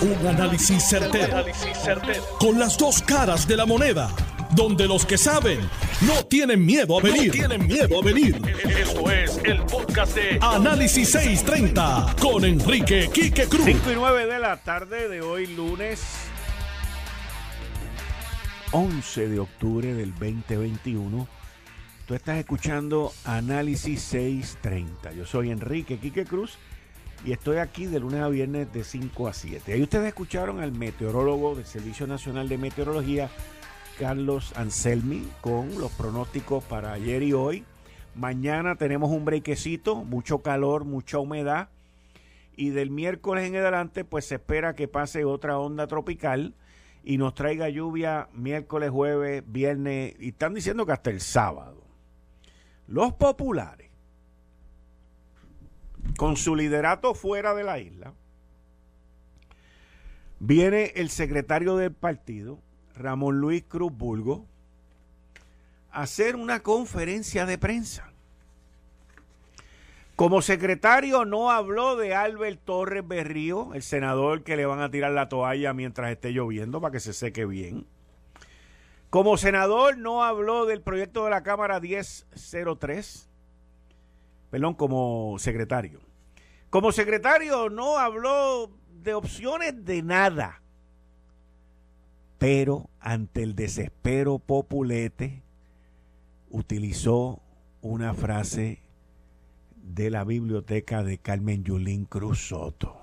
Un análisis certero, con las dos caras de la moneda, donde los que saben no tienen miedo a venir. Esto es el podcast de Análisis 630 con Enrique Quique Cruz. 5:09 de la tarde de hoy, lunes 11 de octubre del 2021. Tú estás escuchando Análisis 630. Yo soy Enrique Quique Cruz y estoy aquí de lunes a viernes de 5 a 7. Ahí ustedes escucharon al meteorólogo del Servicio Nacional de Meteorología, Carlos Anselmi, con los pronósticos para ayer y hoy. Mañana tenemos un brequecito, mucho calor, mucha humedad. Y del miércoles en adelante, pues se espera que pase otra onda tropical y nos traiga lluvia miércoles, jueves, viernes, y están diciendo que hasta el sábado. Los populares, con su liderato fuera de la isla, viene el secretario del partido, Ramón Luis Cruz Burgos, a hacer una conferencia de prensa. Como secretario no habló de Albert Torres Berrío, el senador que le van a tirar la toalla mientras esté lloviendo para que se seque bien. Como senador no habló del proyecto de la Cámara 1003, como secretario. Como secretario no habló de opciones de nada. Pero ante el desespero populete, utilizó una frase de la biblioteca de Carmen Yulín Cruz Soto,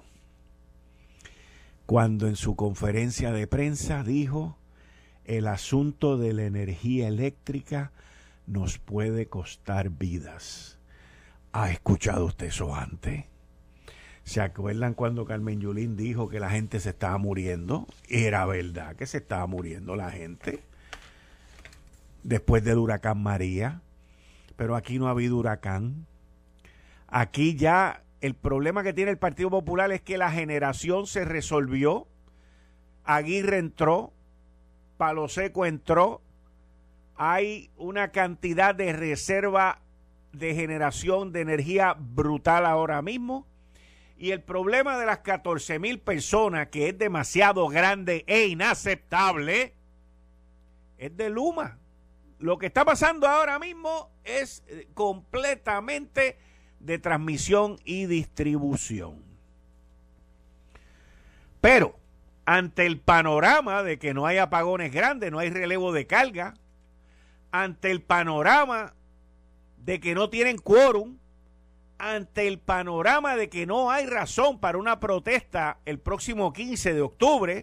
cuando en su conferencia de prensa dijo: el asunto de la energía eléctrica nos puede costar vidas. ¿Ha escuchado usted eso antes? ¿Se acuerdan cuando Carmen Yulín dijo que la gente se estaba muriendo? Era verdad que se estaba muriendo la gente después del huracán María, pero aquí no ha habido huracán. Aquí ya el problema que tiene el Partido Popular es que la generación se resolvió. Aguirre entró, Palo Seco entró, hay una cantidad de reserva de generación de energía brutal ahora mismo, y el problema de las 14,000 personas, que es demasiado grande e inaceptable, es de Luma. Lo que está pasando ahora mismo es completamente de transmisión y distribución. Pero ante el panorama de que no hay apagones grandes, no hay relevo de carga, ante el panorama de que no tienen quórum, ante el panorama de que no hay razón para una protesta el próximo 15 de octubre,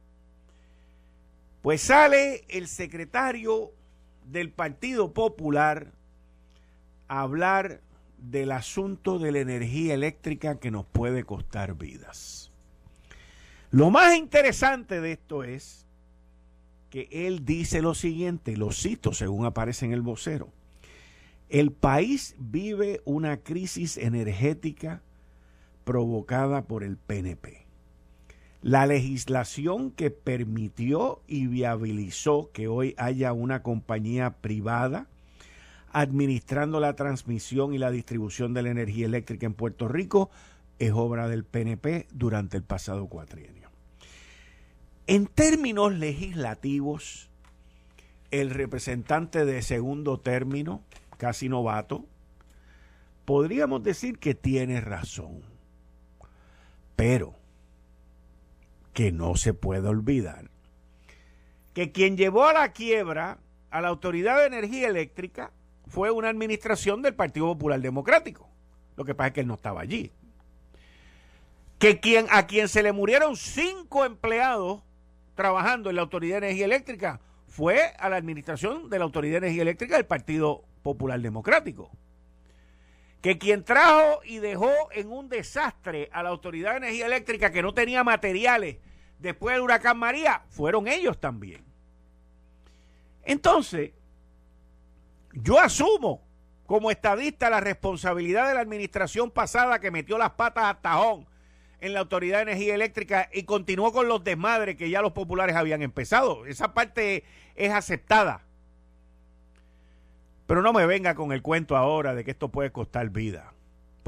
pues sale el secretario del Partido Popular a hablar del asunto de la energía eléctrica que nos puede costar vidas. Lo más interesante de esto es que él dice lo siguiente, lo cito según aparece en el vocero: el país vive una crisis energética provocada por el PNP. La legislación que permitió y viabilizó que hoy haya una compañía privada administrando la transmisión y la distribución de la energía eléctrica en Puerto Rico es obra del PNP durante el pasado cuatrienio. En términos legislativos, el representante de segundo término, casi novato, podríamos decir que tiene razón, pero que no se puede olvidar que quien llevó a la quiebra a la Autoridad de Energía Eléctrica fue una administración del Partido Popular Democrático. Lo que pasa es que él no estaba allí. Que a quien se le murieron 5 empleados trabajando en la Autoridad de Energía Eléctrica fue a la administración de la Autoridad de Energía Eléctrica del Partido Popular Democrático. Que quien trajo y dejó en un desastre a la Autoridad de Energía Eléctrica, que no tenía materiales después del huracán María, fueron ellos también. Entonces, yo asumo como estadista la responsabilidad de la administración pasada que metió las patas a tajón en la Autoridad de Energía Eléctrica y continuó con los desmadres que ya los populares habían empezado. Esa parte es aceptada. Pero no me venga con el cuento ahora de que esto puede costar vida.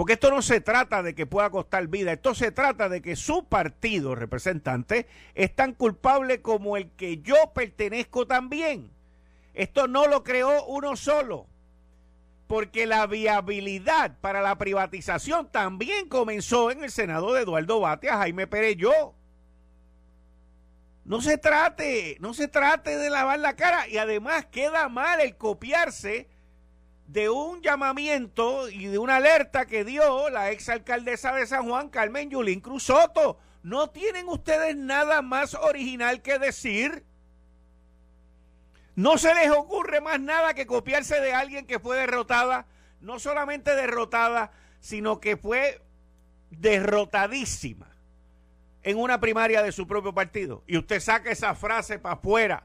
Porque esto no se trata de que pueda costar vida, esto se trata de que su partido representante es tan culpable como el que yo pertenezco también. Esto no lo creó uno solo, porque la viabilidad para la privatización también comenzó en el Senado de Eduardo Batia, Jaime Perelló. No se trate de lavar la cara, y además queda mal el copiarse de un llamamiento y de una alerta que dio la exalcaldesa de San Juan, Carmen Yulín Cruz Soto. ¿No tienen ustedes nada más original que decir? ¿No se les ocurre más nada que copiarse de alguien que fue derrotada? No solamente derrotada, sino que fue derrotadísima en una primaria de su propio partido. Y usted saca esa frase para afuera.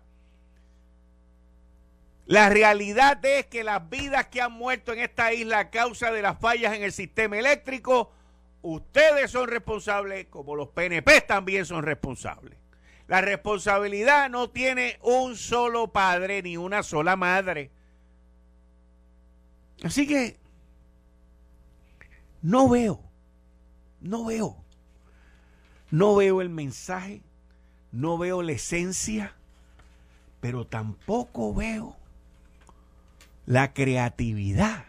La realidad es que las vidas que han muerto en esta isla a causa de las fallas en el sistema eléctrico, ustedes son responsables, como los PNP también son responsables. La responsabilidad no tiene un solo padre ni una sola madre. Así que no veo el mensaje, no veo la esencia, pero tampoco veo la creatividad.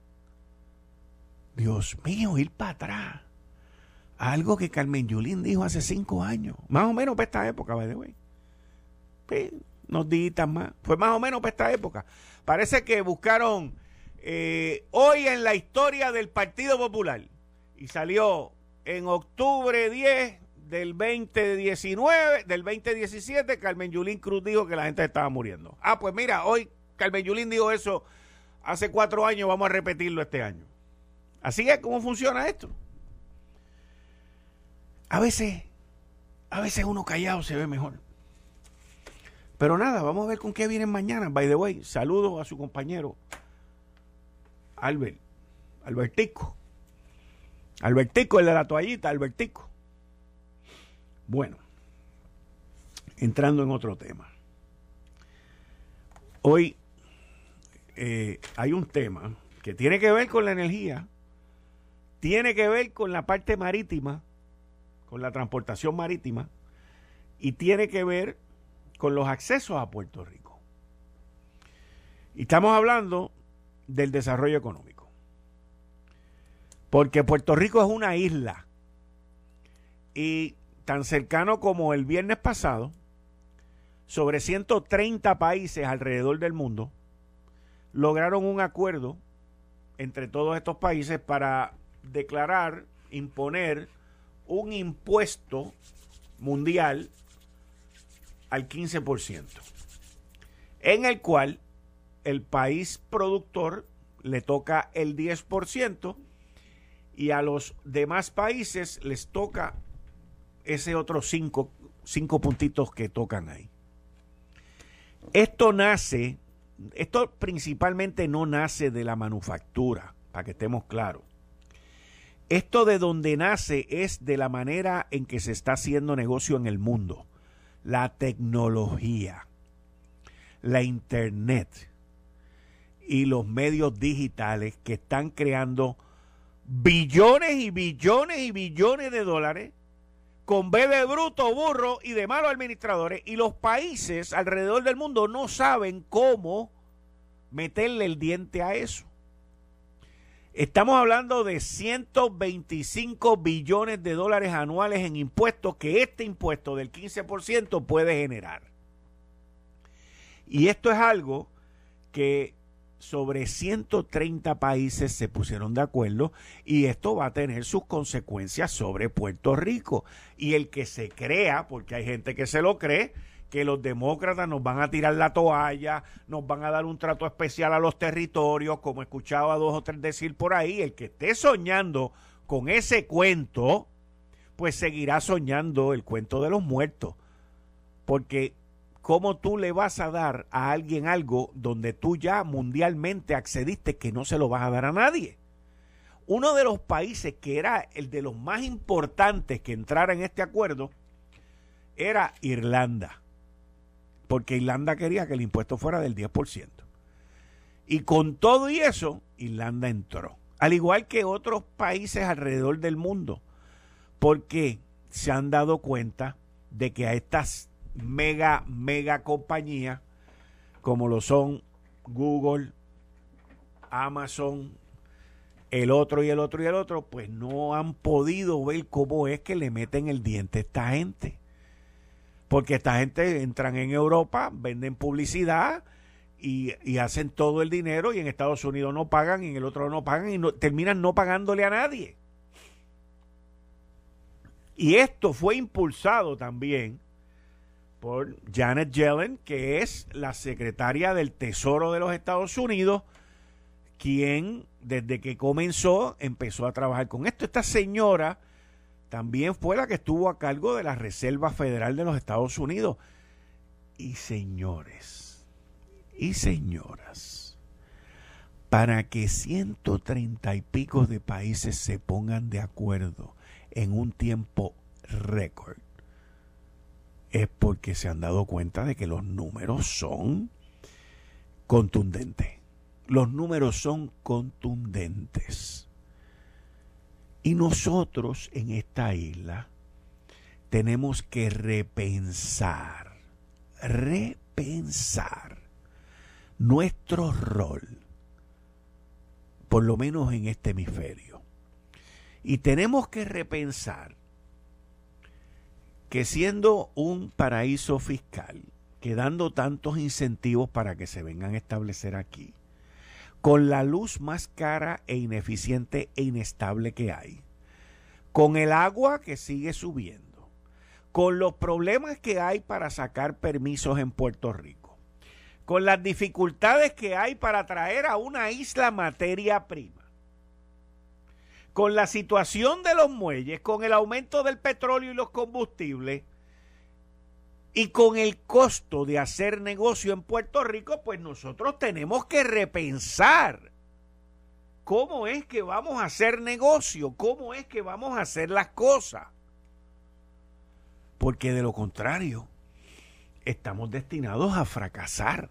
Dios mío, ir para atrás. Algo que Carmen Yulín dijo hace 5 años. Más o menos para esta época, by the way. Sí, unos días más. Fue más o menos para esta época. Parece que buscaron hoy en la historia del Partido Popular. Y salió en octubre 10 del 2019, del 2017, Carmen Yulín Cruz dijo que la gente estaba muriendo. Ah, pues mira, hoy Carmen Yulín dijo eso hace 4 años, vamos a repetirlo este año. Así es como funciona esto. A veces uno callado se ve mejor. Pero nada, vamos a ver con qué vienen mañana. By the way, saludos a su compañero Albertico, el de la toallita, Albertico. Bueno, entrando en otro tema. Hoy hay un tema que tiene que ver con la energía, tiene que ver con la parte marítima, con la transportación marítima, y tiene que ver con los accesos a Puerto Rico. Y estamos hablando del desarrollo económico. Porque Puerto Rico es una isla. Y tan cercano como el viernes pasado, sobre 130 países alrededor del mundo lograron un acuerdo entre todos estos países para declarar, imponer un impuesto mundial al 15%, en el cual el país productor le toca el 10% y a los demás países les toca ese otro 5 puntitos que tocan ahí. Esto principalmente no nace de la manufactura, para que estemos claros. Esto de donde nace es de la manera en que se está haciendo negocio en el mundo. La tecnología, la internet y los medios digitales que están creando billones y billones y billones de dólares con B de bruto, burro y de malos administradores, y los países alrededor del mundo no saben cómo meterle el diente a eso. Estamos hablando de 125 billones de dólares anuales en impuestos que este impuesto del 15% puede generar. Y esto es algo que sobre 130 países se pusieron de acuerdo, y esto va a tener sus consecuencias sobre Puerto Rico. Y el que se crea, porque hay gente que se lo cree, que los demócratas nos van a tirar la toalla, nos van a dar un trato especial a los territorios, como escuchaba a 2 o 3 decir por ahí, el que esté soñando con ese cuento, pues seguirá soñando el cuento de los muertos. Porque ¿cómo tú le vas a dar a alguien algo donde tú ya mundialmente accediste que no se lo vas a dar a nadie? Uno de los países que era el de los más importantes que entrara en este acuerdo era Irlanda, porque Irlanda quería que el impuesto fuera del 10%. Y con todo y eso, Irlanda entró. al igual que otros países alrededor del mundo, porque se han dado cuenta de que a estas mega compañías, como lo son Google, Amazon, el otro, pues no han podido ver cómo es que le meten el diente a esta gente. Porque esta gente entran en Europa, venden publicidad y hacen todo el dinero, y en Estados Unidos no pagan y en el otro no pagan, y terminan no pagándole a nadie. Y esto fue impulsado también por Janet Yellen, que es la secretaria del Tesoro de los Estados Unidos, quien desde que comenzó empezó a trabajar con esto. Esta señora también fue la que estuvo a cargo de la Reserva Federal de los Estados Unidos. Y señores y señoras, para que 130 y pico de países se pongan de acuerdo en un tiempo récord, es porque se han dado cuenta de que los números son contundentes. Los números son contundentes. Y nosotros en esta isla tenemos que repensar nuestro rol, por lo menos en este hemisferio. Y tenemos que repensar que siendo un paraíso fiscal, que dando tantos incentivos para que se vengan a establecer aquí, con la luz más cara e ineficiente e inestable que hay, con el agua que sigue subiendo, con los problemas que hay para sacar permisos en Puerto Rico, con las dificultades que hay para traer a una isla materia prima, con la situación de los muelles, con el aumento del petróleo y los combustibles, y con el costo de hacer negocio en Puerto Rico, pues nosotros tenemos que repensar cómo es que vamos a hacer negocio, cómo es que vamos a hacer las cosas. Porque de lo contrario, estamos destinados a fracasar.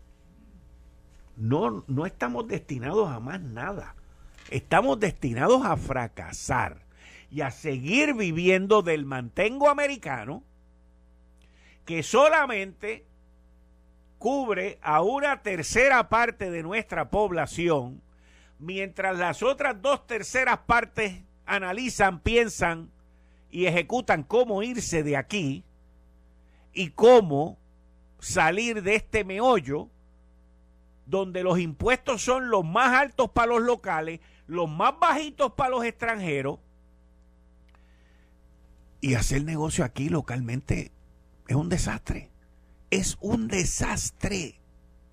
No estamos destinados a más nada. Estamos destinados a fracasar y a seguir viviendo del mantengo americano, que solamente cubre a una tercera parte de nuestra población, mientras las otras 2/3 partes analizan, piensan y ejecutan cómo irse de aquí y cómo salir de este meollo donde los impuestos son los más altos para los locales, los más bajitos para los extranjeros, y hacer negocio aquí localmente es un desastre. Es un desastre.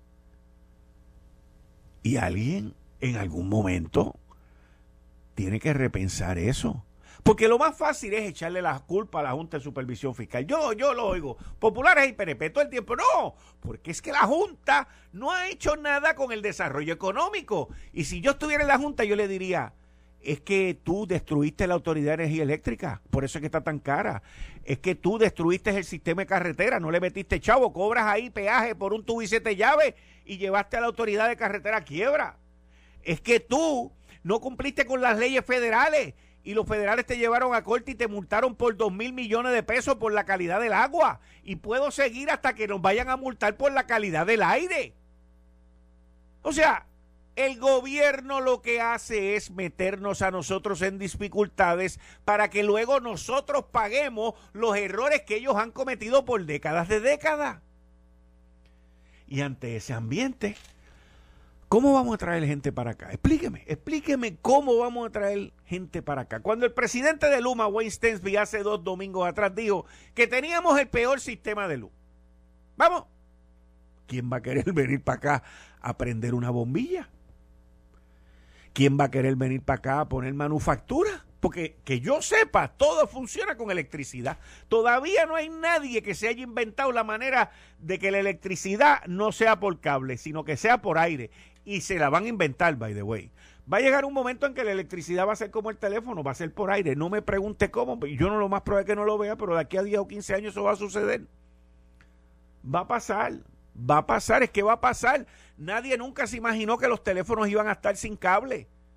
Y alguien en algún momento tiene que repensar eso. Porque lo más fácil es echarle la culpa a la Junta de Supervisión Fiscal. Yo lo oigo. Populares y PNP todo el tiempo. No, porque es que la Junta no ha hecho nada con el desarrollo económico. Y si yo estuviera en la Junta, yo le diría: es que tú destruiste la Autoridad de Energía Eléctrica, por eso es que está tan cara. Es que tú destruiste el sistema de carretera, no le metiste chavo, cobras ahí peaje por un tubo y 7 llaves y llevaste a la Autoridad de Carretera a quiebra. Es que tú no cumpliste con las leyes federales y los federales te llevaron a corte y te multaron por 2,000 millones de pesos por la calidad del agua. Y puedo seguir hasta que nos vayan a multar por la calidad del aire. O sea, el gobierno lo que hace es meternos a nosotros en dificultades para que luego nosotros paguemos los errores que ellos han cometido por décadas de décadas. Y ante ese ambiente, ¿cómo vamos a traer gente para acá? Explíqueme cómo vamos a traer gente para acá. Cuando el presidente de Luma, Wayne Stensby, hace 2 domingos atrás dijo que teníamos el peor sistema de luz. Vamos, ¿quién va a querer venir para acá a prender una bombilla? ¿Quién va a querer venir para acá a poner manufactura? Porque que yo sepa, todo funciona con electricidad. Todavía no hay nadie que se haya inventado la manera de que la electricidad no sea por cable, sino que sea por aire. Y se la van a inventar, by the way. Va a llegar un momento en que la electricidad va a ser como el teléfono, va a ser por aire. No me pregunte cómo, yo no lo más probable es que no lo vea, pero de aquí a 10 o 15 años eso va a suceder. Va a pasar, es que va a pasar. Nadie nunca se imaginó que los teléfonos iban a estar sin cable.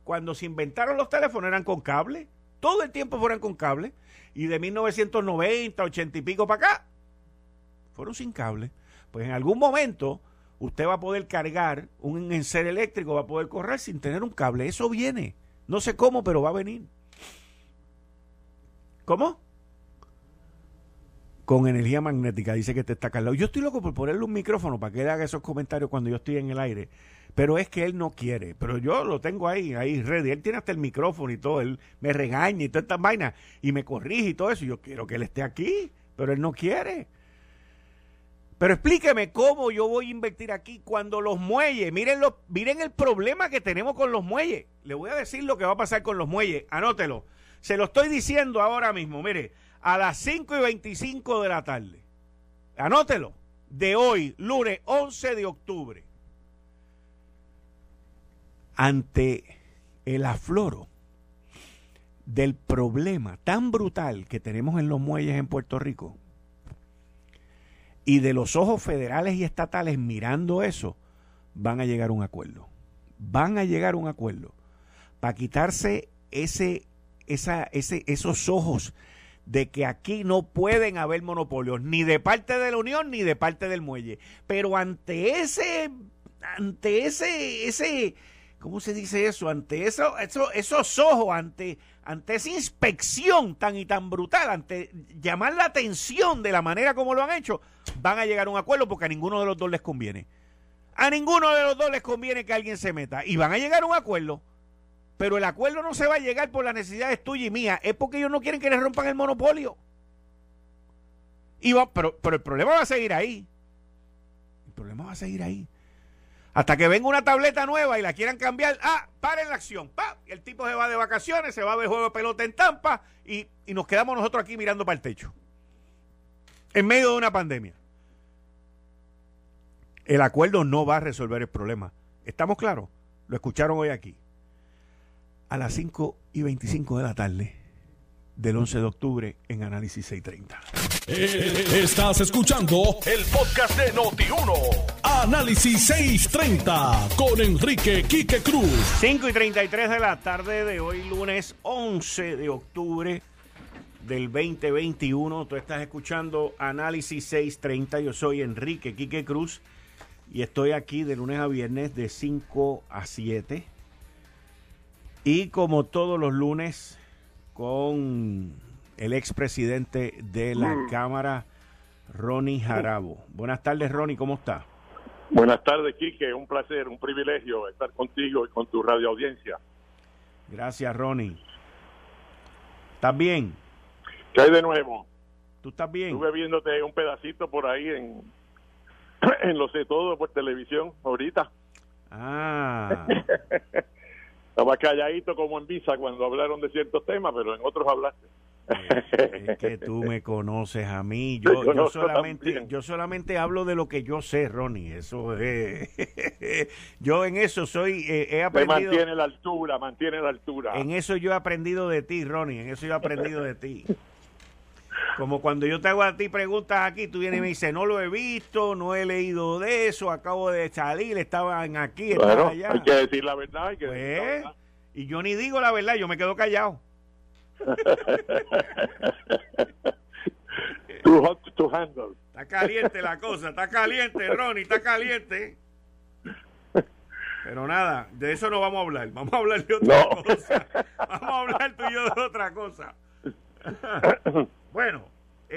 cuando se inventaron los teléfonos eran con cable. Todo el tiempo fueron con cable. Y de 1990, 80 y pico para acá, fueron sin cable. Pues en algún momento usted va a poder cargar un enser eléctrico, va a poder correr sin tener un cable. Eso viene. No sé cómo, pero va a venir. ¿Cómo? Con energía magnética, dice que te está calado. Yo estoy loco por ponerle un micrófono para que él haga esos comentarios cuando yo estoy en el aire. Pero es que él no quiere. Pero yo lo tengo ahí ready. Él tiene hasta el micrófono y todo. Él me regaña y todas estas vainas. Y me corrige y todo eso. Yo quiero que él esté aquí. Pero él no quiere. Pero explíqueme cómo yo voy a invertir aquí cuando los muelles, miren el problema que tenemos con los muelles. Le voy a decir lo que va a pasar con los muelles. Anótelo. Se lo estoy diciendo ahora mismo. Mire, a las 5:25 de la tarde. Anótelo. De hoy, lunes 11 de octubre. Ante el afloro del problema tan brutal que tenemos en los muelles en Puerto Rico y de los ojos federales y estatales mirando eso, van a llegar a un acuerdo. Van a llegar a un acuerdo para quitarse esos ojos de que aquí no pueden haber monopolios, ni de parte de la Unión ni de parte del muelle. Pero ante ese ¿cómo se dice eso? Ante esos ojos, ante esa inspección tan brutal, ante llamar la atención de la manera como lo han hecho, van a llegar a un acuerdo porque a ninguno de los dos les conviene. A ninguno de los dos les conviene que alguien se meta. Y van a llegar a un acuerdo. Pero el acuerdo no se va a llegar por las necesidades tuyas y mías. Es porque ellos no quieren que les rompan el monopolio. Pero el problema va a seguir ahí. El problema va a seguir ahí. Hasta que venga una tableta nueva y la quieran cambiar, paren la acción. El tipo se va de vacaciones, se va a ver juego de pelota en Tampa y nos quedamos nosotros aquí mirando para el techo. En medio de una pandemia. El acuerdo no va a resolver el problema. ¿Estamos claros? Lo escucharon hoy aquí. A las 5:25 de la tarde del 11 de octubre en Análisis 630. Estás escuchando el podcast de Noti1. Análisis 630 con Enrique Quique Cruz. 5:33 de la tarde de hoy, lunes 11 de octubre del 2021. Tú estás escuchando Análisis 630. Yo soy Enrique Quique Cruz y estoy aquí de lunes a viernes de 5 a 7. Y como todos los lunes, con el expresidente de la Cámara, Ronnie Jarabo. Buenas tardes, Ronnie, ¿cómo está? Buenas tardes, Quique. Un placer, un privilegio estar contigo y con tu radio audiencia. Gracias, Ronnie. ¿Estás bien? ¿Qué hay de nuevo? ¿Tú estás bien? Estuve viéndote un pedacito por ahí en Lo Sé Todo por televisión ahorita. Estaba calladito como en visa cuando hablaron de ciertos temas, pero en otros hablaste. Es que tú me conoces a mí. Yo solamente hablo de lo que yo sé, Ronnie. Eso es. Yo en eso he aprendido. Mantiene la altura. En eso yo he aprendido de ti, Ronnie. En eso yo he aprendido de ti. Como cuando yo te hago a ti preguntas aquí, tú vienes y me dices, no lo he visto, no he leído de eso, acabo de salir, estaban aquí, estaban allá. Hay que decir la verdad, decir la verdad. Y yo ni digo la verdad, yo me quedo callado. Too hot to handle. Está caliente la cosa, está caliente, Ronnie, está caliente. Pero nada, de eso no vamos a hablar, vamos a hablar de otra cosa. Vamos a hablar tú y yo de otra cosa. Bueno,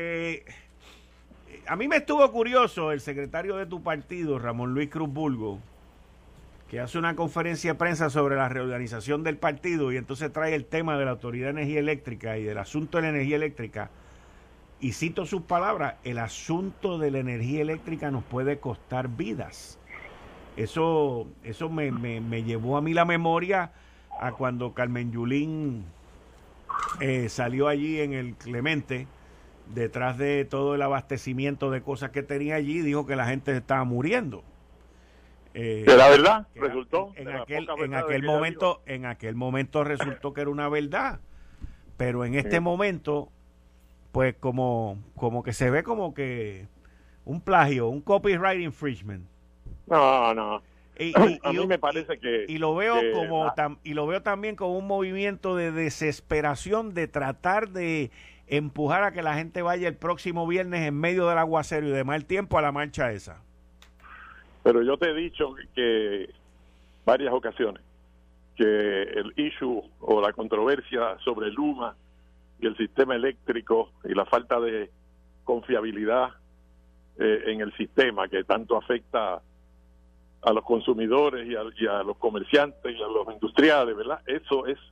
a mí me estuvo curioso el secretario de tu partido, Ramón Luis Cruz Burgos, que hace una conferencia de prensa sobre la reorganización del partido y entonces trae el tema de la Autoridad de Energía Eléctrica y del asunto de la energía eléctrica. Y cito sus palabras, el asunto de la energía eléctrica nos puede costar vidas. Eso me llevó a mí la memoria a cuando Carmen Yulín salió allí en el Clemente, detrás de todo el abastecimiento de cosas que tenía allí, dijo que la gente estaba muriendo. De la verdad, resultó. En aquel momento resultó que era una verdad, pero en este momento, pues como que se ve como que un plagio, un copyright infringement. No. A mí me parece que... Y lo veo y lo veo también como un movimiento de desesperación de tratar de empujar a que la gente vaya el próximo viernes en medio del aguacero y de mal tiempo a la marcha esa. Pero yo te he dicho que varias ocasiones que el issue o la controversia sobre Luma y el sistema eléctrico y la falta de confiabilidad en el sistema que tanto afecta a los consumidores y a los comerciantes y a los industriales, ¿verdad? Eso es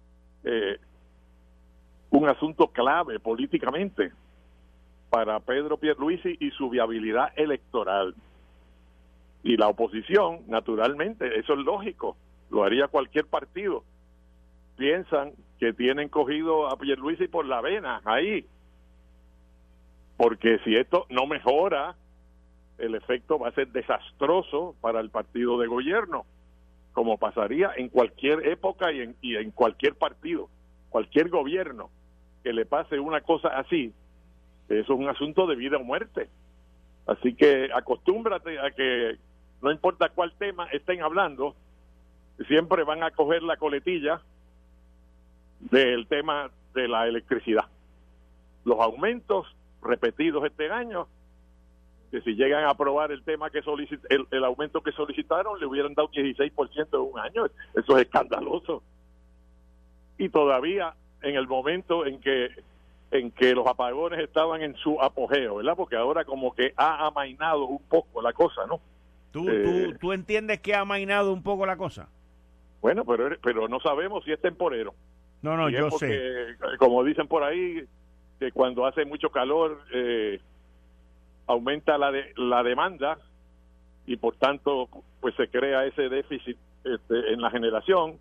un asunto clave políticamente para Pedro Pierluisi y su viabilidad electoral. Y la oposición, naturalmente, eso es lógico, lo haría cualquier partido. Piensan que tienen cogido a Pierluisi por la vena ahí, porque si esto no mejora, el efecto va a ser desastroso para el partido de gobierno, como pasaría en cualquier época y en cualquier partido, cualquier gobierno que le pase una cosa así, eso es un asunto de vida o muerte. Así que acostúmbrate a que no importa cuál tema estén hablando, siempre van a coger la coletilla del tema de la electricidad. Los aumentos repetidos este año, que si llegan a aprobar el tema que el aumento que solicitaron, le hubieran dado 16% en un año. Eso es escandaloso. Y todavía en el momento en que los apagones estaban en su apogeo, ¿verdad? Porque ahora como que ha amainado un poco la cosa, ¿no? ¿Tú entiendes que ha amainado un poco la cosa? Bueno, pero no sabemos si es temporero. No, yo sé. Como dicen por ahí, que cuando hace mucho calor aumenta la demanda y por tanto pues se crea ese déficit en la generación.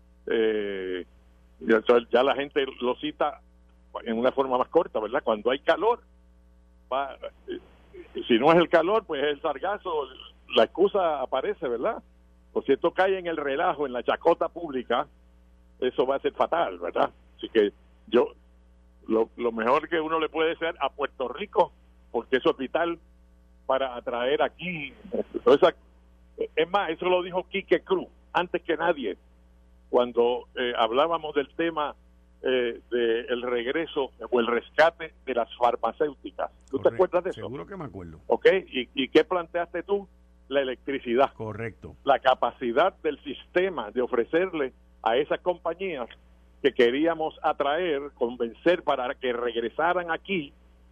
Ya la gente lo cita en una forma más corta, ¿verdad? Cuando hay calor, si no es el calor, pues es el sargazo, la excusa aparece, ¿verdad? Por si esto cae en el relajo, en la chacota pública, eso va a ser fatal, ¿verdad? Así que lo mejor que uno le puede hacer a Puerto Rico, porque eso es vital para atraer aquí. Es más, eso lo dijo Quique Cruz, antes que nadie, cuando hablábamos del tema del regreso o el rescate de las farmacéuticas. ¿Tú te acuerdas de eso? Seguro que me acuerdo. ¿Ok? ¿Y qué planteaste tú? La electricidad. Correcto. La capacidad del sistema de ofrecerle a esas compañías que queríamos atraer, convencer para que regresaran aquí,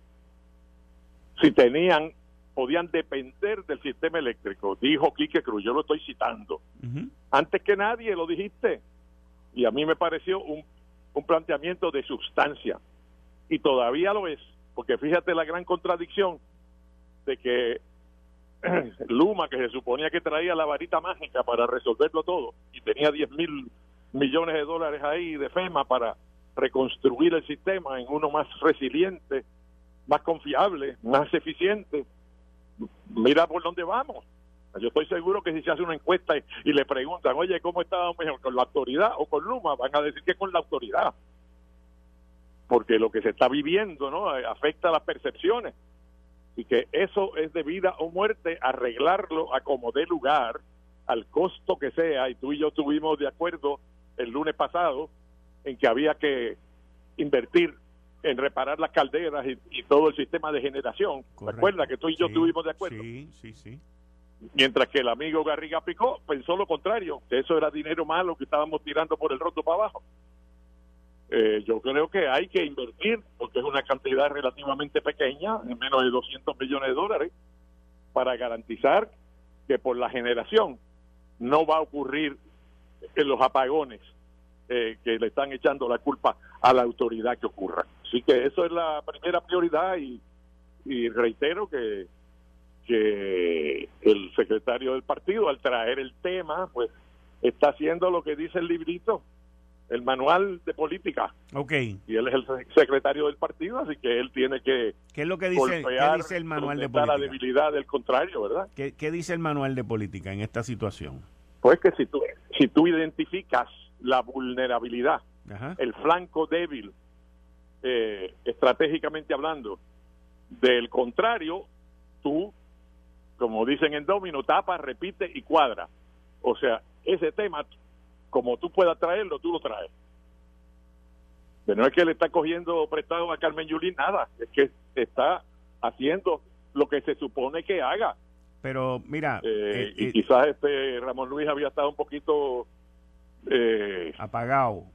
si podían depender del sistema eléctrico. Dijo Quique Cruz, yo lo estoy citando. Uh-huh. Antes que nadie lo dijiste. Y a mí me pareció un planteamiento de sustancia. Y todavía lo es, porque fíjate la gran contradicción de que Luma, que se suponía que traía la varita mágica para resolverlo todo, y tenía 10,000 millones de dólares ahí de FEMA para reconstruir el sistema en uno más resiliente, más confiable, más eficiente. Mira por dónde vamos. Yo estoy seguro que si se hace una encuesta y le preguntan, oye, ¿cómo estábamos mejor, con la autoridad o con Luma? Van a decir que con la autoridad. Porque lo que se está viviendo, ¿no?, afecta a las percepciones. Y que eso es de vida o muerte, arreglarlo a como dé lugar, al costo que sea. Y tú y yo estuvimos de acuerdo el lunes pasado en que había que invertir en reparar las calderas y todo el sistema de generación. Correcto. ¿Te acuerdas que tú y yo estuvimos de acuerdo? Sí. Mientras que el amigo Garriga Picó pensó lo contrario, que eso era dinero malo que estábamos tirando por el roto para abajo. Yo creo que hay que invertir, porque es una cantidad relativamente pequeña, en menos de 200 millones de dólares, para garantizar que por la generación no va a ocurrir en los apagones que le están echando la culpa a la autoridad que ocurra. Así que eso es la primera prioridad y reitero que el secretario del partido, al traer el tema, pues está haciendo lo que dice el librito, el manual de política. Okay. Y él es el secretario del partido, así que él tiene que ¿Qué es lo que dice el manual de política? La debilidad del contrario, ¿verdad? ¿Qué dice el manual de política en esta situación? Pues que si tú identificas la vulnerabilidad, ajá, el flanco débil, estratégicamente hablando, del contrario, tú como dicen en Domino, tapa, repite y cuadra. O sea, ese tema, como tú puedas traerlo, tú lo traes. Pero no es que le está cogiendo prestado a Carmen Yulín nada, es que está haciendo lo que se supone que haga. Pero mira, y quizás Ramón Luis había estado un poquito apagado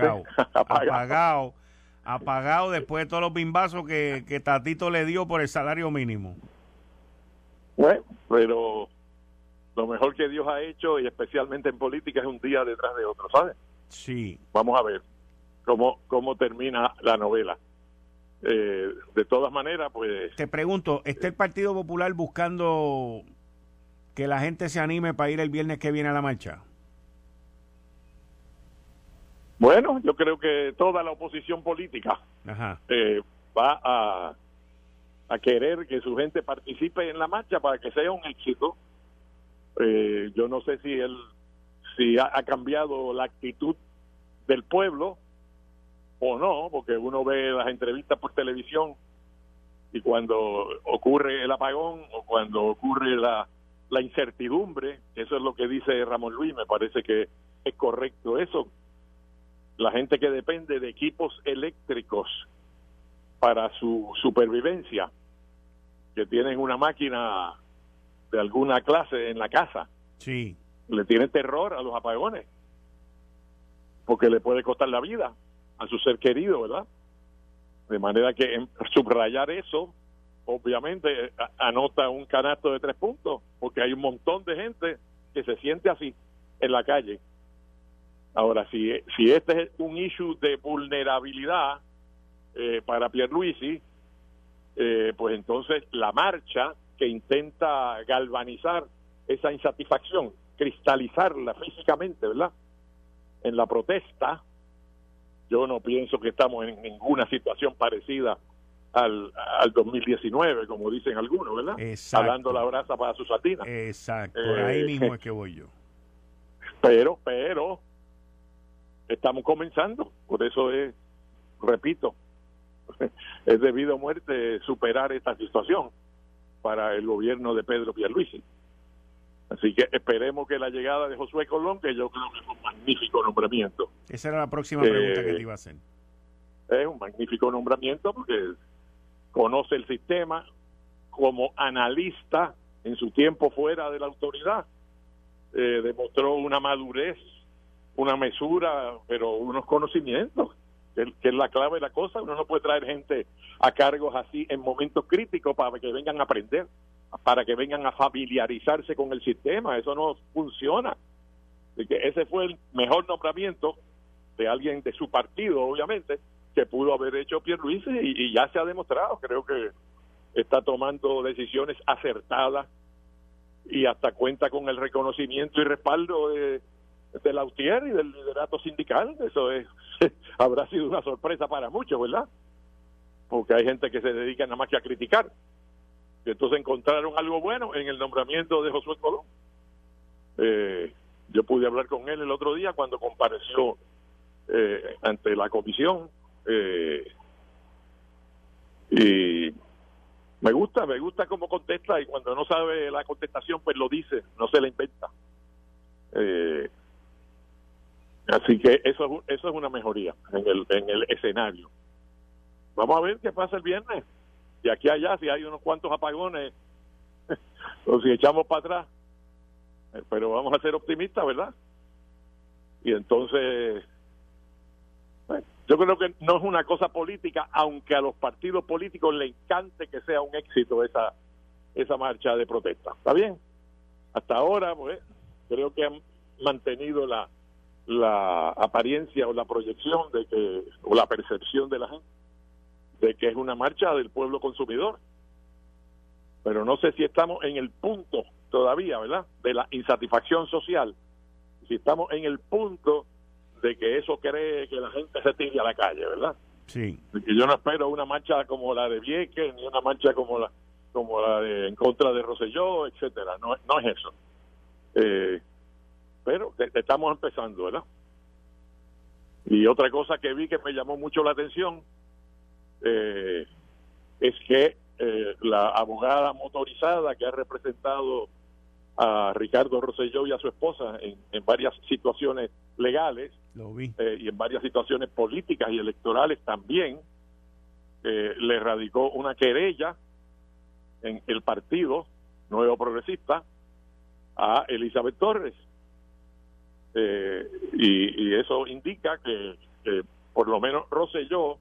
después de todos los bimbazos que Tatito le dio por el salario mínimo. Bueno, pero lo mejor que Dios ha hecho, y especialmente en política, es un día detrás de otro, ¿sabes? Sí. Vamos a ver cómo termina la novela. De todas maneras, pues... Te pregunto, ¿está el Partido Popular buscando que la gente se anime para ir el viernes que viene a la marcha? Bueno, yo creo que toda la oposición política va a querer que su gente participe en la marcha para que sea un éxito. Yo no sé si ha cambiado la actitud del pueblo o no, porque uno ve las entrevistas por televisión y cuando ocurre el apagón o cuando ocurre la incertidumbre, eso es lo que dice Ramón Luis, me parece que es correcto eso. La gente que depende de equipos eléctricos para su supervivencia, que tienen una máquina de alguna clase en la casa, sí, le tiene terror a los apagones, porque le puede costar la vida a su ser querido, ¿verdad? De manera que subrayar eso, obviamente, anota un canasto de 3 puntos, porque hay un montón de gente que se siente así en la calle. Ahora, si este es un issue de vulnerabilidad para Pierluisi, pues entonces la marcha que intenta galvanizar esa insatisfacción, cristalizarla físicamente, ¿verdad? En la protesta, yo no pienso que estamos en ninguna situación parecida al 2019, como dicen algunos, ¿verdad? Exacto. Dando la brasa para su satina. Exacto, por ahí mismo es que voy yo. Pero estamos comenzando, por eso repito, es debido a muerte superar esta situación para el gobierno de Pedro Pierluisi. Así que esperemos que la llegada de Josué Colón, que yo creo que es un magnífico nombramiento. Esa era la próxima pregunta que te iba a hacer. Es un magnífico nombramiento porque conoce el sistema como analista en su tiempo fuera de la autoridad. Demostró una madurez, una mesura, pero unos conocimientos, que es la clave de la cosa. Uno no puede traer gente a cargos así en momentos críticos para que vengan a aprender, para que vengan a familiarizarse con el sistema. Eso no funciona. Así que ese fue el mejor nombramiento de alguien de su partido, obviamente, que pudo haber hecho Pierluisi, y ya se ha demostrado. Creo que está tomando decisiones acertadas y hasta cuenta con el reconocimiento y respaldo de Lautier y del liderato sindical. Eso habrá sido una sorpresa para muchos, ¿verdad? Porque hay gente que se dedica nada más que a criticar. Y entonces encontraron algo bueno en el nombramiento de Josué Colón. Yo pude hablar con él el otro día cuando compareció ante la comisión, y me gusta cómo contesta, y cuando no sabe la contestación pues lo dice, no se la inventa. Así que eso es una mejoría en el escenario. Vamos a ver qué pasa el viernes. De aquí a allá, si hay unos cuantos apagones, o si echamos para atrás, pero vamos a ser optimistas, ¿verdad? Y entonces, bueno, yo creo que no es una cosa política, aunque a los partidos políticos les encante que sea un éxito esa marcha de protesta. ¿Está bien? Hasta ahora, pues, creo que han mantenido la apariencia o la proyección o la percepción de la gente de que es una marcha del pueblo consumidor. Pero no sé si estamos en el punto todavía, ¿verdad?, de la insatisfacción social. Si estamos en el punto de que eso cree que la gente se tire a la calle, ¿verdad? Sí. Porque yo no espero una marcha como la de Vieques, ni una marcha como la de en contra de Rosselló, etcétera. No es eso. Pero estamos empezando, ¿verdad? Y otra cosa que vi que me llamó mucho la atención es que la abogada motorizada que ha representado a Ricardo Rosselló y a su esposa en varias situaciones legales. Lo vi. Y en varias situaciones políticas y electorales también, le radicó una querella en el Partido Nuevo Progresista a Elizabeth Torres. Y eso indica que por lo menos Rosselló,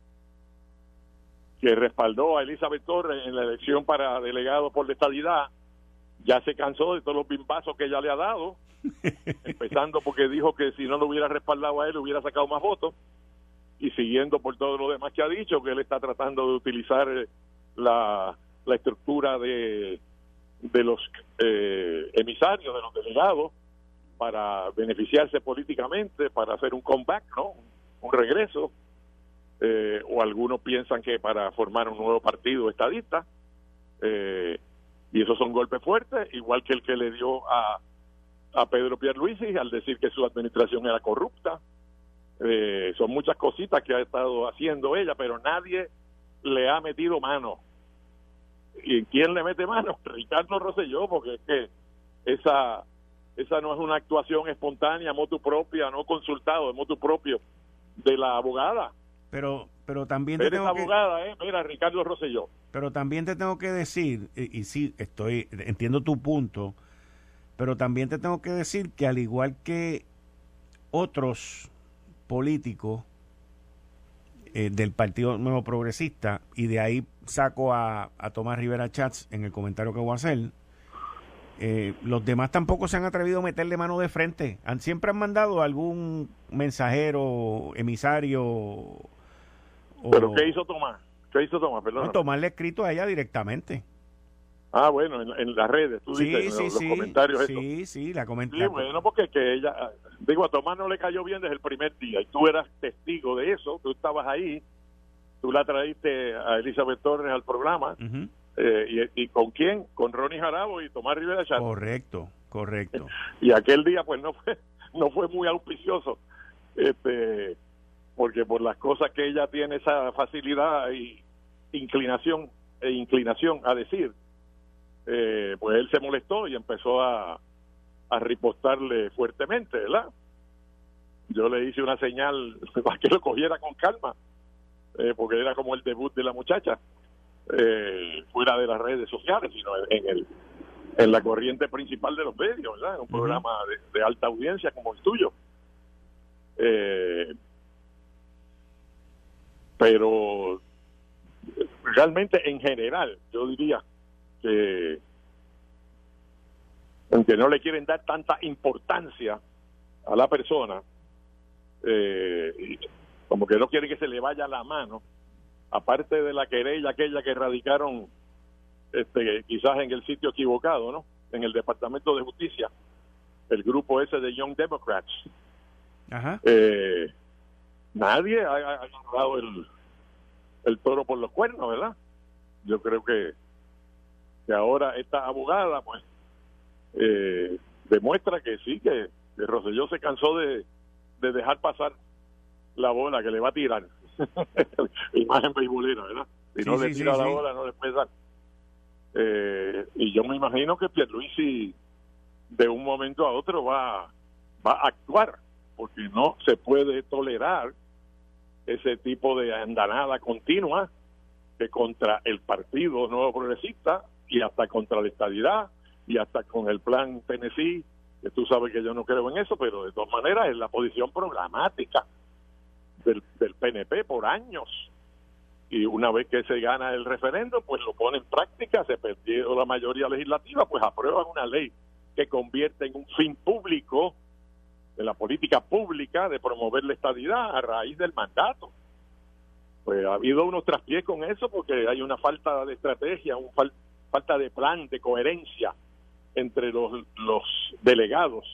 que respaldó a Elizabeth Torres en la elección para delegado por la estadidad, ya se cansó de todos los bimbazos que ella le ha dado, empezando porque dijo que si no lo hubiera respaldado a él hubiera sacado más votos, y siguiendo por todo lo demás que ha dicho, que él está tratando de utilizar la estructura de los emisarios, de los delegados, para beneficiarse políticamente, para hacer un comeback, ¿no? Un regreso, o algunos piensan que para formar un nuevo partido estadista, y esos son golpes fuertes, igual que el que le dio a Pedro Pierluisi al decir que su administración era corrupta. Son muchas cositas que ha estado haciendo ella, pero nadie le ha metido mano. ¿Y quién le mete mano? Ricardo Rosselló, porque es que esa no es una actuación espontánea, motu propia, no consultado, de motu propio de la abogada. Pero también te tengo abogada, mira, Ricardo Rosselló. Pero también te tengo que decir, y sí, entiendo tu punto, pero también te tengo que decir que al igual que otros políticos del Partido Nuevo Progresista, y de ahí saco a Tomás Rivera Chats en el comentario que voy a hacer, los demás tampoco se han atrevido a meterle mano de frente. Siempre han mandado algún mensajero, emisario. ¿Pero qué hizo Tomás? Perdón. No, Tomás le ha escrito a ella directamente. Ah, bueno, en las redes, tú dices, los comentarios. Sí, la comentaron. Sí, bueno, porque que ella, a Tomás no le cayó bien desde el primer día, y tú eras testigo de eso, tú estabas ahí, tú la traíste a Elizabeth Torres al programa. Uh-huh. ¿Y con quién? Con Ronnie Jarabo y Tomás Rivera Chats. Correcto. Y aquel día pues no fue muy auspicioso, porque por las cosas que ella tiene esa facilidad y inclinación a decir, pues él se molestó y empezó a ripostarle fuertemente, ¿verdad? Yo le hice una señal para que lo cogiera con calma, porque era como el debut de la muchacha, fuera de las redes sociales, sino en la corriente principal de los medios, ¿verdad? En un programa de alta audiencia como el tuyo. Pero realmente en general yo diría que aunque no le quieren dar tanta importancia a la persona, como que no quieren que se le vaya la mano, aparte de la querella aquella que radicaron quizás en el sitio equivocado, ¿no? En el Departamento de Justicia, el grupo ese de Young Democrats. Ajá. Nadie ha agarrado el toro por los cuernos, ¿verdad? Yo creo que ahora esta abogada pues demuestra que sí, que Rosselló se cansó de dejar pasar la bola que le va a tirar. Imagen beisbolera, ¿verdad? Si no le tira la bola, no le puede dar. Y yo me imagino que Pierluisi de un momento a otro va a actuar, porque no se puede tolerar ese tipo de andanada continua que contra el Partido Nuevo Progresista y hasta contra la estadidad y hasta con el plan Tennessee, que tú sabes que yo no creo en eso, pero de todas maneras es la posición programática del PNP por años, y una vez que se gana el referéndum pues lo pone en práctica, se perdió la mayoría legislativa, pues aprueban una ley que convierte en un fin público de la política pública de promover la estadidad a raíz del mandato. Pues ha habido unos traspiés con eso porque hay una falta de estrategia, falta de plan, de coherencia entre los delegados,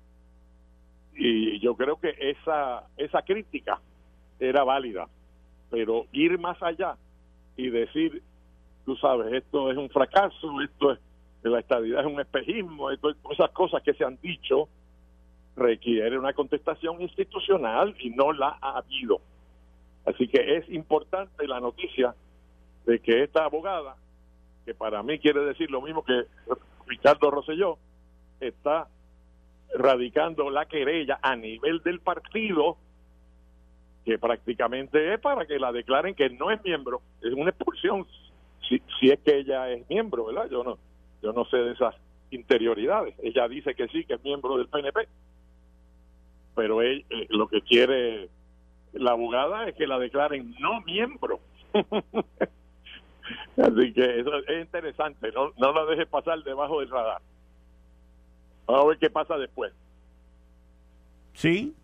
y yo creo que esa crítica era válida, pero ir más allá y decir, tú sabes, esto es un fracaso, la estadidad es un espejismo, esas cosas que se han dicho, requiere una contestación institucional y no la ha habido. Así que es importante la noticia de que esta abogada, que para mí quiere decir lo mismo que Ricardo Rosselló, está radicando la querella a nivel del partido, que prácticamente es para que la declaren que no es miembro, es una expulsión, si es que ella es miembro, ¿verdad? Yo no sé de esas interioridades. Ella dice que sí, que es miembro del PNP, pero lo que quiere la abogada es que la declaren no miembro. Así que eso es interesante, no la dejes pasar debajo del radar. Vamos a ver qué pasa después. Sí,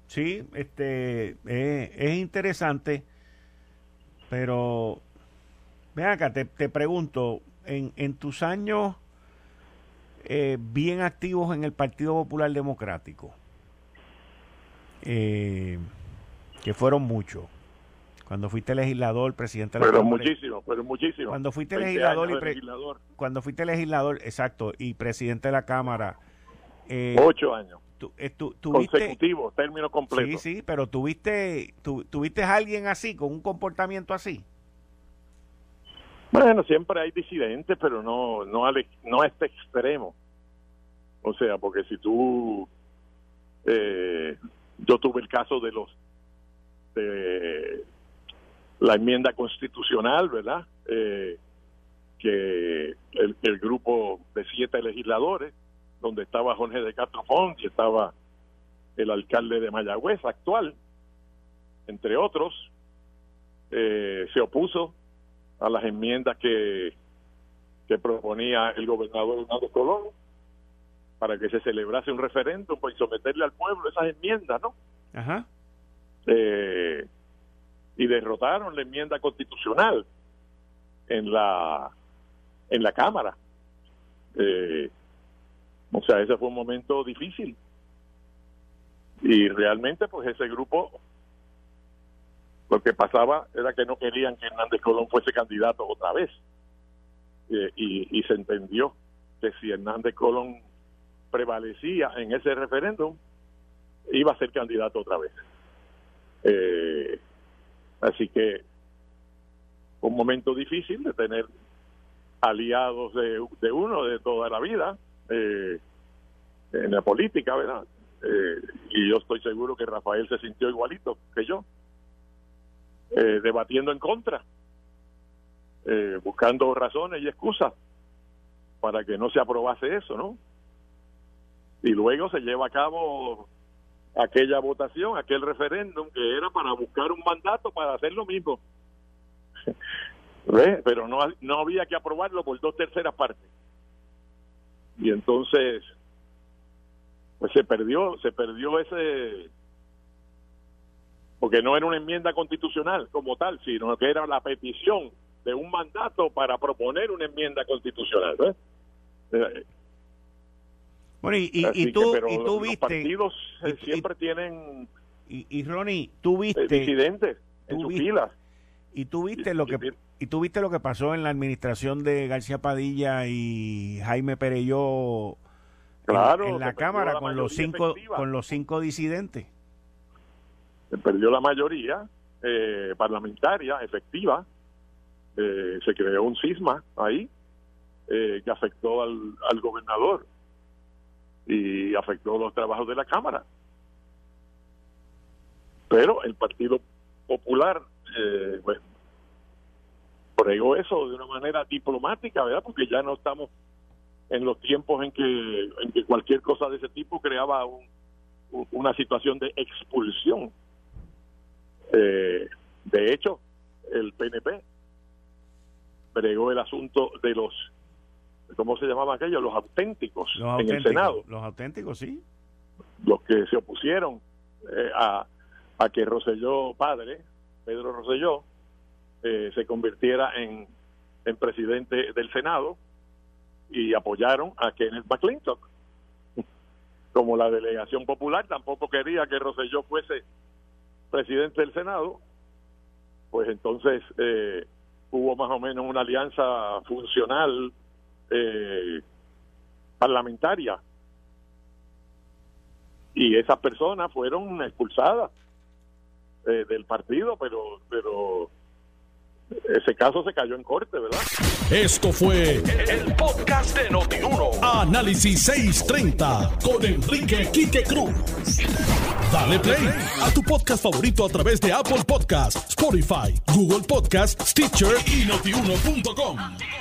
es interesante, pero ven acá, te pregunto, en tus años bien activos en el Partido Popular Democrático, que fueron muchos, cuando fuiste legislador, presidente de la Cámara. Pero muchísimo. Cuando fuiste legislador, exacto, y presidente de la Cámara. 8 años. Consecutivos, término completo. Sí, pero ¿tuviste a alguien así, con un comportamiento así? Bueno, siempre hay disidentes, pero no a este extremo. O sea, porque si tú... yo tuve el caso de la enmienda constitucional, ¿verdad? Que el grupo de 7 legisladores, donde estaba Jorge de Castro Font y estaba el alcalde de Mayagüez actual, entre otros, se opuso a las enmiendas que proponía el gobernador Hernández Colón para que se celebrase un referéndum y someterle al pueblo esas enmiendas, ¿no? Ajá. Y derrotaron la enmienda constitucional en la Cámara. O sea, ese fue un momento difícil. Y realmente, pues ese grupo, lo que pasaba era que no querían que Hernández Colón fuese candidato otra vez. Y se entendió que si Hernández Colón prevalecía en ese referéndum, iba a ser candidato otra vez. Así que un momento difícil de tener aliados de uno de toda la vida en la política, ¿verdad? Y yo estoy seguro que Rafael se sintió igualito que yo, debatiendo en contra, buscando razones y excusas para que no se aprobase eso, ¿no? Y luego se lleva a cabo aquella votación, aquel referéndum que era para buscar un mandato para hacer lo mismo. Pero no había que aprobarlo por 2/3 partes. Y entonces pues se perdió ese, porque no era una enmienda constitucional como tal, sino que era la petición de un mandato para proponer una enmienda constitucional, ¿ves? Bueno, y tú los viste, partidos siempre tienen y Ronnie, tú viste disidentes en sus filas. Y tú viste lo que pasó en la administración de García Padilla y Jaime Perelló, claro, en la Cámara con los 5 disidentes. Se perdió la mayoría parlamentaria efectiva. Se creó un cisma ahí que afectó al gobernador y afectó los trabajos de la Cámara. Pero el Partido Popular pues pregó eso de una manera diplomática, ¿verdad? Porque ya no estamos en los tiempos en que cualquier cosa de ese tipo creaba una situación de expulsión. De hecho, el PNP bregó el asunto de los, ¿cómo se llamaban aquellos? Los auténticos en el Senado. Los auténticos, sí. Los que se opusieron a que Rosselló padre, Pedro Rosselló, se convirtiera en presidente del Senado, y apoyaron a Kenneth McClintock. Como la delegación popular tampoco quería que Rosselló fuese presidente del Senado, pues entonces hubo más o menos una alianza funcional parlamentaria, y esas personas fueron expulsadas del partido, pero ese caso se cayó en corte, ¿verdad? Esto fue el podcast de Noti1. Análisis 630 con Enrique Quique Cruz. Dale play a tu podcast favorito a través de Apple Podcasts, Spotify, Google Podcasts, Stitcher y Notiuno.com.